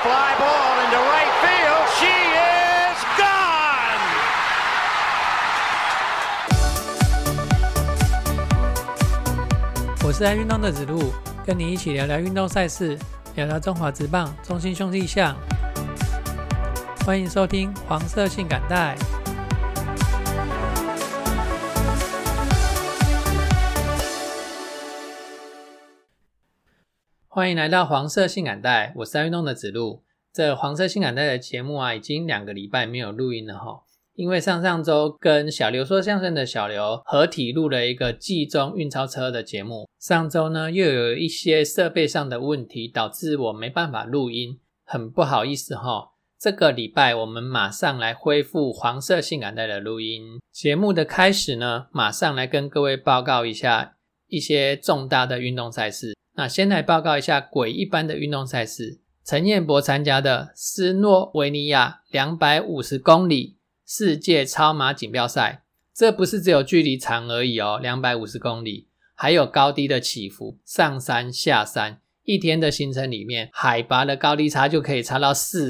fly ball into right field. She is gone. 我是爱运动的子路，跟你一起聊聊运动赛事，聊聊中华职棒、中信兄弟象。欢迎收听黄色性感带。欢迎来到黄色性感带，我是爱运动的子路。这黄色性感带的节目已经2个礼拜没有录音了齁。因为上周跟小刘说相声的小刘合体录了一个季中运钞车的节目，上周呢又有一些设备上的问题，导致我没办法录音，很不好意思齁。这个礼拜我们马上来恢复黄色性感带的录音。节目的开始呢，马上来跟各位报告一下一些重大的运动赛事。那先来报告一下鬼一般的运动赛事，陈彦博参加的斯洛维尼亚250公里世界超马锦标赛，这不是只有距离长而已哦，250公里，还有高低的起伏，上山下山，一天的行程里面，海拔的高低差就可以差到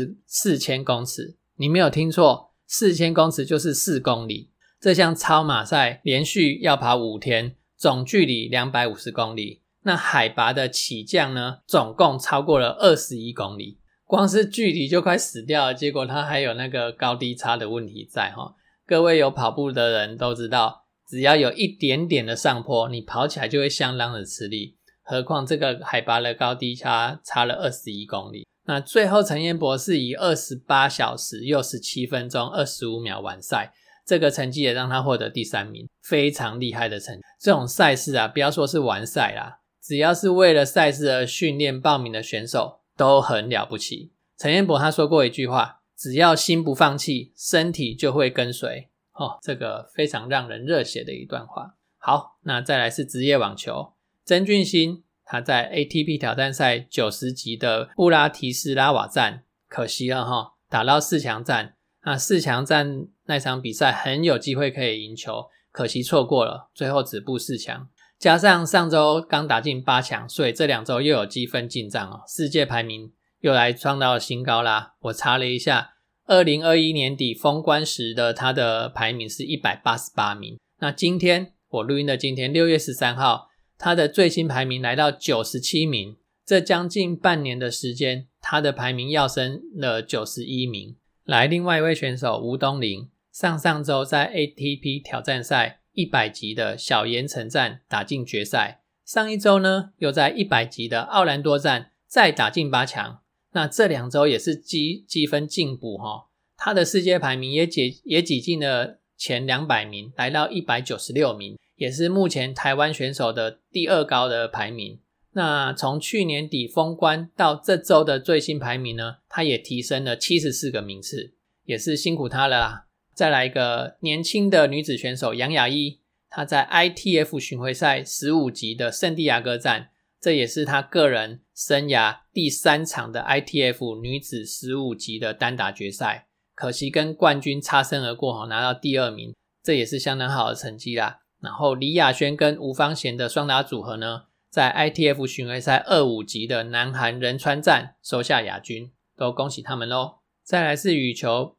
4000公尺。你没有听错，4000公尺就是4公里。这项超马赛连续要跑5天，总距离250公里。那海拔的起降呢，总共超过了21公里。光是距离就快死掉了，结果它还有那个高低差的问题在齁。各位有跑步的人都知道，只要有一点点的上坡，你跑起来就会相当的吃力，何况这个海拔的高低差了21公里。那最后陈彦博是以28小时又17分钟25秒完赛，这个成绩也让他获得第3名，非常厉害的成绩。这种赛事不要说是完赛啦，只要是为了赛事而训练报名的选手都很了不起。陈彦博他说过一句话，只要心不放弃，身体就会跟随。这个非常让人热血的一段话。好，那再来是职业网球，曾峻欣他在 ATP 挑战赛90级的布拉提斯拉瓦站，可惜了打到4强战。那4强战那场比赛很有机会可以赢球，可惜错过了，最后止步4强。加上上周刚打进8强，所以这2周又有积分进账世界排名又来创造新高啦。我查了一下，2021年底封关时的他的排名是188名。那今天我录音的今天6月13号，他的最新排名来到97名，这将近半年的时间，他的排名跃升了91名。来，另外一位选手吴东林，上周在 ATP 挑战赛100级的小岩城站打进决赛，上一周呢又在100级的奥兰多站再打进8强。那这2周也是积分进补他的世界排名也挤进了前200名，来到196名，也是目前台湾选手的第2高的排名。那从去年底封关到这周的最新排名呢，他也提升了74个名次，也是辛苦他了啦。再来一个年轻的女子选手杨雅一，她在 ITF 巡回赛15级的圣地亚哥站，这也是她个人生涯第3场的 ITF 女子15级的单打决赛，可惜跟冠军擦身而过拿到第2名，这也是相当好的成绩啦。然后李雅轩跟吴芳贤的双打组合呢，在 ITF 巡回赛25级的南韩仁川站收下亚军，都恭喜他们咯。再来是羽球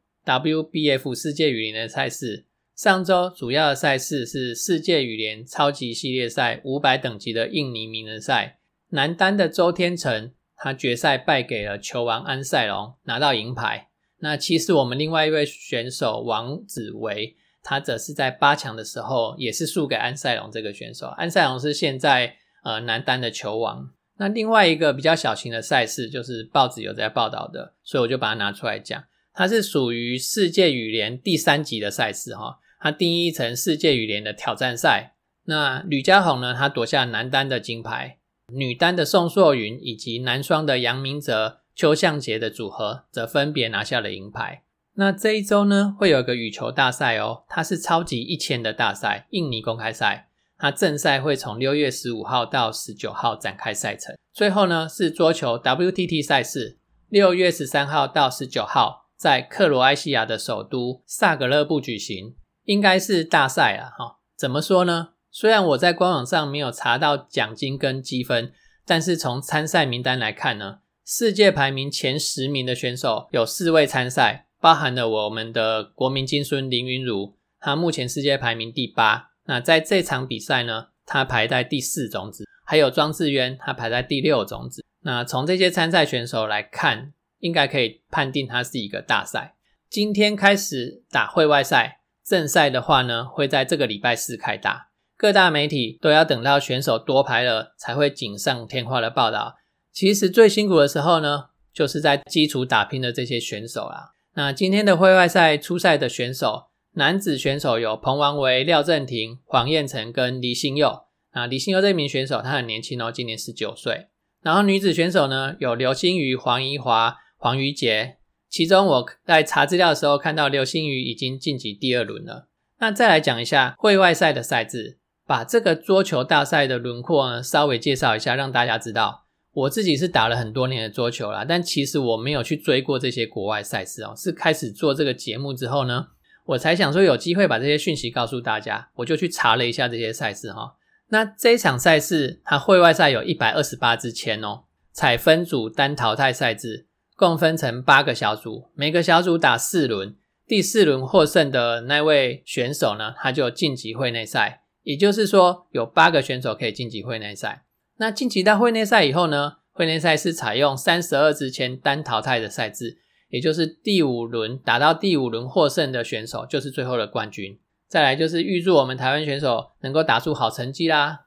WBF 世界羽联的赛事，上周主要的赛事是世界羽联超级系列赛500等级的印尼名人赛，男单的周天成他决赛败给了球王安赛龙，拿到银牌。那其实我们另外一位选手王子维，他则是在8强的时候也是输给安赛龙这个选手，安赛龙是现在男单的球王。那另外一个比较小型的赛事就是报纸有在报道的，所以我就把它拿出来讲，它是属于世界羽联第3级的赛事它定义成世界羽联的挑战赛。那吕嘉宏呢，他夺下男单的金牌，女单的宋硕云以及男双的杨明哲、邱相杰的组合则分别拿下了银牌。那这一周呢，会有一个羽球大赛它是超级1000的大赛，印尼公开赛。它正赛会从6月15号到19号展开赛程。最后呢，是桌球 WTT 赛事，6月13号到19号在克罗埃西亚的首都萨格勒布举行，应该是大赛啦怎么说呢？虽然我在官网上没有查到奖金跟积分，但是从参赛名单来看呢， 世界排名前10名的选手有4位参赛，包含了我们的国民金孙林昀儒，他目前世界排名第8。那在这场比赛呢，他排在第4种子，还有庄智渊，他排在第6种子。那从这些参赛选手来看，应该可以判定它是一个大赛。今天开始打会外赛，正赛的话呢，会在这个礼拜4开打。各大媒体都要等到选手多排了才会锦上添花的报道。其实最辛苦的时候呢，就是在基础打拼的这些选手啦。那今天的会外赛出赛的选手，男子选手有彭王维、廖正廷、黄彦成跟黎星佑。那黎星佑这名选手他很年轻今年19岁。然后女子选手呢，有刘欣瑜、黄怡华、黄瑜杰。其中我在查资料的时候看到刘欣瑜已经晋级第2轮了。那再来讲一下会外赛的赛制，把这个桌球大赛的轮廓呢稍微介绍一下，让大家知道。我自己是打了很多年的桌球啦，但其实我没有去追过这些国外赛事是开始做这个节目之后呢，我才想说有机会把这些讯息告诉大家，我就去查了一下这些赛事那这一场赛事它会外赛有128支签采分组单淘汰赛制，共分成8个小组，每个小组打4轮，第4轮获胜的那位选手呢，他就晋级会内赛，也就是说有8个选手可以晋级会内赛。那晋级到会内赛以后呢，会内赛是采用32支签单淘汰的赛制，也就是第5轮打到第5轮获胜的选手就是最后的冠军。再来就是预祝我们台湾选手能够打出好成绩啦。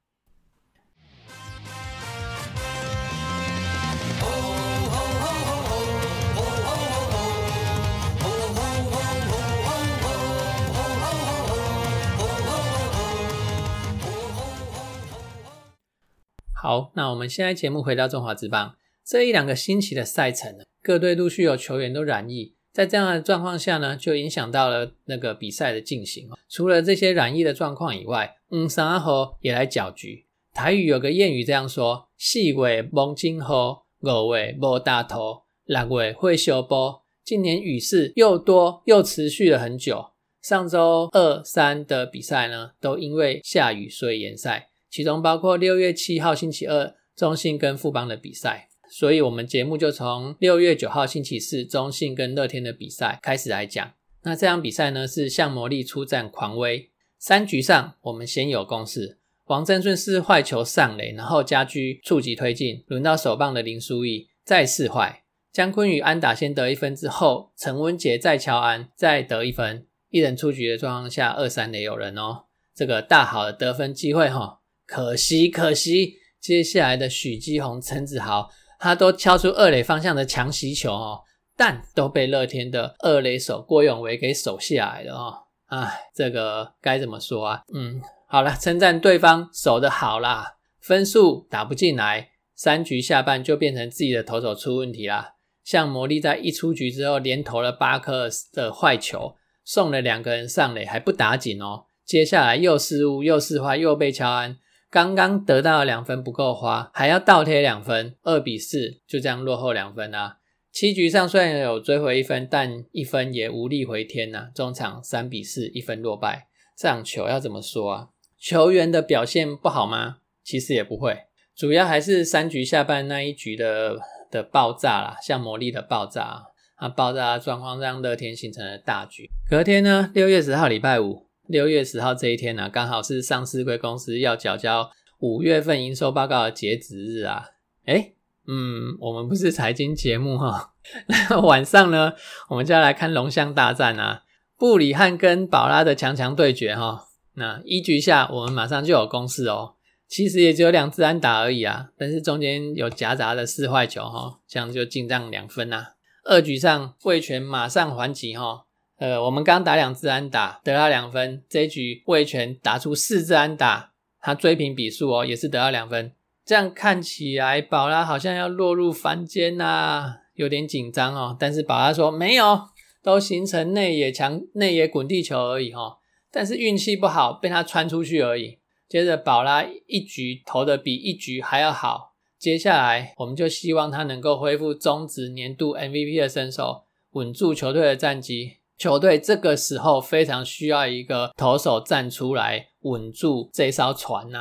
好，那我们现在节目回到中华职棒，这1-2个星期的赛程呢，各队陆续有球员都染疫，在这样的状况下呢，就影响到了那个比赛的进行。除了这些染疫的状况以外，三号也来搅局。台语有个谚语这样说：4月蒙金雨，5月无大头，6月会小波。今年雨势又多又持续了很久，上周2、3的比赛呢，都因为下雨所以延赛。其中包括6月7号星期二中信跟富邦的比赛，所以我们节目就从6月9号星期四中信跟乐天的比赛开始来讲。那这场比赛呢是象魔力出战狂威。3局上我们先有攻势，王正顺是坏球上垒，然后家居触及推进，轮到手棒的林书义再试坏，江坤宇安打先得1分之后，陈文杰再敲安再得1分，1人出局的状况下2-3垒有人这个大好的得分机会可惜，接下来的许基宏、陈子豪他都敲出2垒方向的强袭球但都被乐天的2垒手郭永维给守下来了这个该怎么说啊？好啦，称赞对方守得好啦，分数打不进来，3局下半就变成自己的投手出问题啦。像魔力在一出局之后连投了8颗的坏球，送了2个人上垒还不打紧接下来又失误又试坏又被敲安，刚刚得到了2分不够花，还要倒贴2分，2-4就这样落后2分啦。7局上虽然有追回1分，但1分也无力回天中场3-4 1分落败。这场球要怎么说啊？球员的表现不好吗？其实也不会，主要还是3局下半那一局的爆炸啦，像魔力的爆炸爆炸的状况让乐天形成了大局。隔天呢，6月10号礼拜五，6月10号这一天刚好是上市柜公司要缴交5月份营收报告的截止日我们不是财经节目那晚上呢，我们就要来看龙象大战布里汉跟宝拉的强对决那1局下我们马上就有攻势其实也只有2支安打而已但是中间有夹杂的4坏球这样就进账2分2局上味全马上还击我们刚打2支安打得到2分，这一局味全打出4支安打，他追平比数也是得到2分。这样看起来宝拉好像要落入凡间有点紧张但是宝拉说没有，都形成内野滚地球而已但是运气不好被他穿出去而已。接着宝拉1局投的比1局还要好，接下来我们就希望他能够恢复中职年度 MVP 的身手，稳住球队的战绩。球队这个时候非常需要一个投手站出来稳住这艘船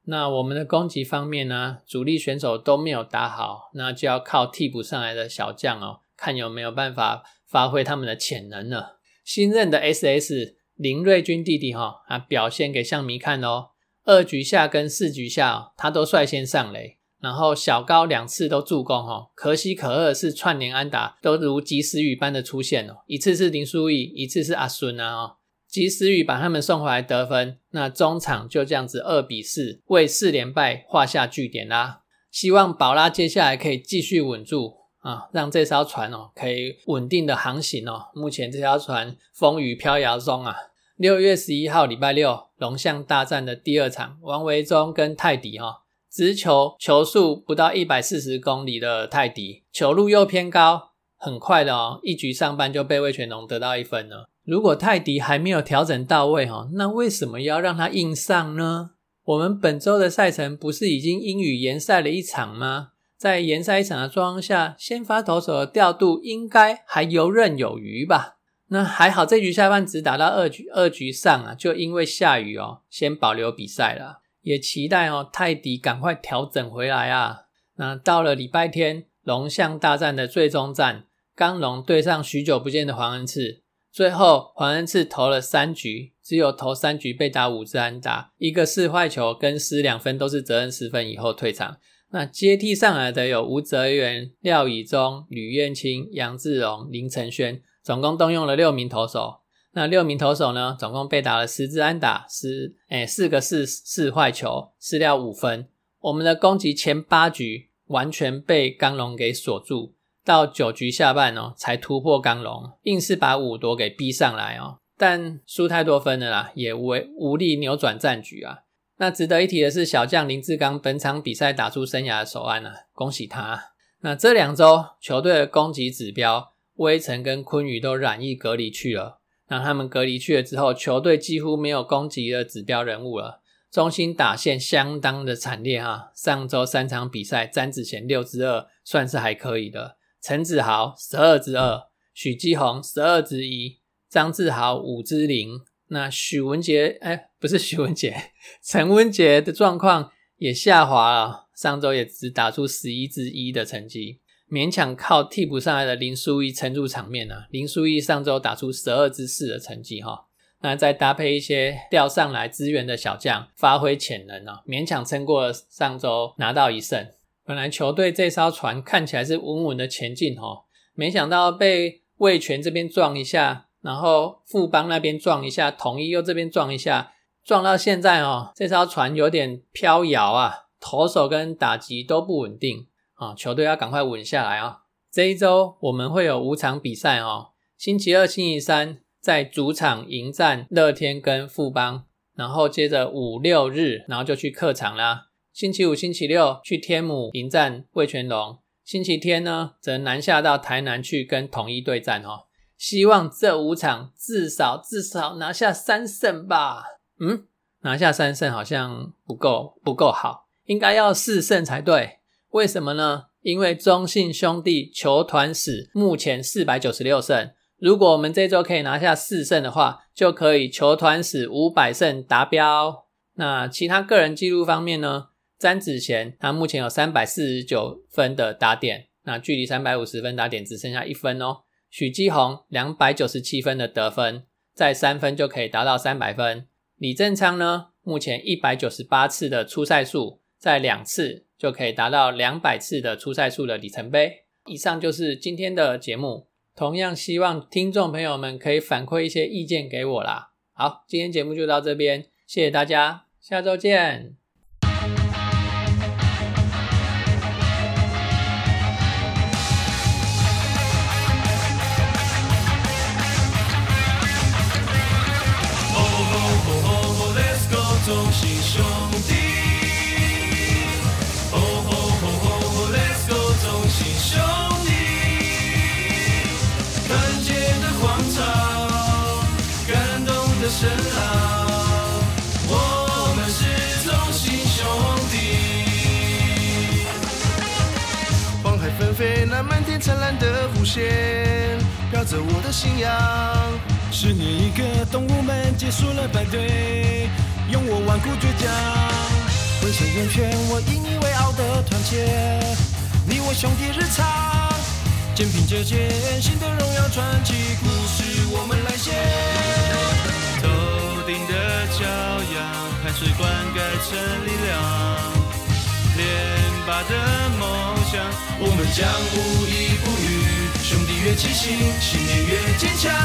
那我们的攻击方面呢，主力选手都没有打好，那就要靠替补上来的小将看有没有办法发挥他们的潜能了。新任的 SS 林瑞君弟弟表现给象迷看2局下跟4局下他都率先上垒，然后小高2次都助攻可喜可贺的是串联安打都如及时雨般的出现一次是林书义，一次是阿孙及时雨把他们送回来得分，那中场就这样子2-4为4连败画下句点啦。希望宝拉接下来可以继续稳住让这艘船可以稳定的航行目前这条船风雨飘摇中6月11号礼拜六龙象大战的第2场，王维忠跟泰迪直球球速不到140公里的泰迪，球路又偏高，很快的1局上半就被味全龙得到1分了。如果泰迪还没有调整到位那为什么要让他硬上呢？我们本周的赛程不是已经英语延赛了1场吗？在延赛1场的状况下，先发投手的调度应该还游刃有余吧。那还好这局下半只打到二局上就因为下雨先保留比赛了。也期待泰迪赶快调整回来那到了礼拜天龙象大战的最终战，刚龙对上许久不见的黄恩赐，最后黄恩赐投了3局，只有投3局被打5支安打，1个4坏球跟失2分都是责任失分以后退场。那接替上来的有吴哲元、廖以中、吕彦青、杨志荣、林承轩，总共动用了6名投手。那6名投手呢，总共被打了10支安打，4个4坏球，失掉5分。我们的攻击前8局完全被刚龙给锁住，到9局下半才突破刚龙，硬是把5夺给逼上来但输太多分了啦，也无力扭转战局那值得一提的是，小将林志刚本场比赛打出生涯的首安恭喜他。那这2周球队的攻击指标，威城跟昆宇都染疫隔离去了。那他们隔离去了之后，球队几乎没有攻击的指标人物了，中心打线相当的惨烈上周3场比赛，詹子贤6支2算是还可以的，陈子豪12支2，许基宏12支1，张志豪5支0。那陈文杰的状况也下滑了，上周也只打出11支1的成绩，勉强靠替补上来的林书义撑住场面林书义上周打出12支4的成绩那再搭配一些调上来支援的小将发挥潜能勉强撑过了上周拿到1胜。本来球队这艘船看起来是稳稳的前进没想到被味全这边撞一下，然后富邦那边撞一下，统一又这边撞一下，撞到现在这艘船有点飘摇投手跟打击都不稳定球队要赶快稳下来这一周我们会有5场比赛星期2、星期3在主场迎战乐天跟富邦，然后接着5、6日然后就去客场啦。星期5、星期6去天母迎战味全龙，星期天呢则南下到台南去跟统一对战希望这5场至少拿下3胜吧。拿下3胜好像不够好，应该要4胜才对。为什么呢？因为中信兄弟球团史目前496胜，如果我们这周可以拿下4胜的话，就可以球团史500胜达标。那其他个人纪录方面呢，詹子贤他目前有349分的打点，那距离350分打点只剩下1分许基宏297分的得分，再3分就可以达到300分。李正昌呢，目前198次的出赛数，再2次就可以达到200次的出赛数的里程碑。以上就是今天的节目，同样希望听众朋友们可以反馈一些意见给我啦。好，今天节目就到这边，谢谢大家，下周见。 中信兄弟 Let's go 中信兄弟，团结的狂潮，感动的声浪，我们是中信兄弟。黄海纷飞，那漫天灿烂的弧线，飘着我的信仰。10年一个，动物们结束了排队，用我顽固倔强， 挥手圆圈，我以你为傲的团结，你我兄弟日常，肩并着肩，新的荣耀传奇故事我们来写。 头顶的骄阳，汗水灌溉成力量，连拔的梦想，我们将无一不语，兄弟越齐心，信念越坚强。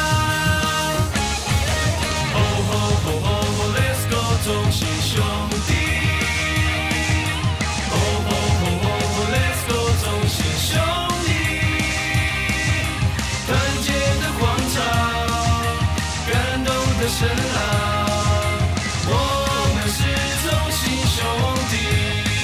哦吼吼吼吼 ，Let's go， 同心兄弟。哦吼吼吼吼 ，Let's go， 同心兄弟。团结的广场，感动的声浪，我们是同心兄弟。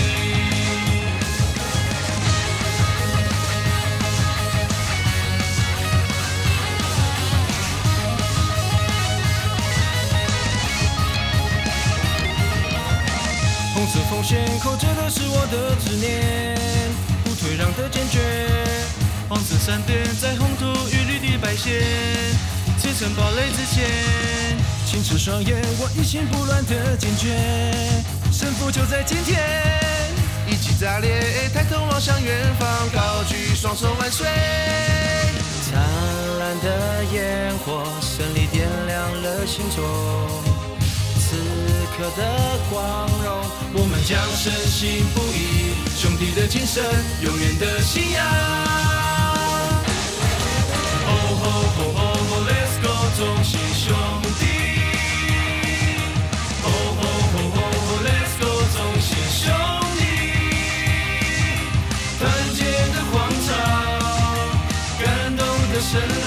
红色锋线扣着的是我的执念，不退让的坚决。 黄色闪电在红土与绿地摆线，驰骋堡垒之前。 清澈双眼，我一心不乱的坚决，胜负就在今天。 一起炸裂，抬头望向远方，高举双手万岁。 灿烂的烟火，胜利点亮了心中。此刻的光荣， 我们将深信不疑，兄弟的精神，永远的信仰。哦吼吼吼吼 ，Let's go， 同心兄弟。哦吼吼吼吼 ，Let's go， 同心兄弟。团结的广场，感动的声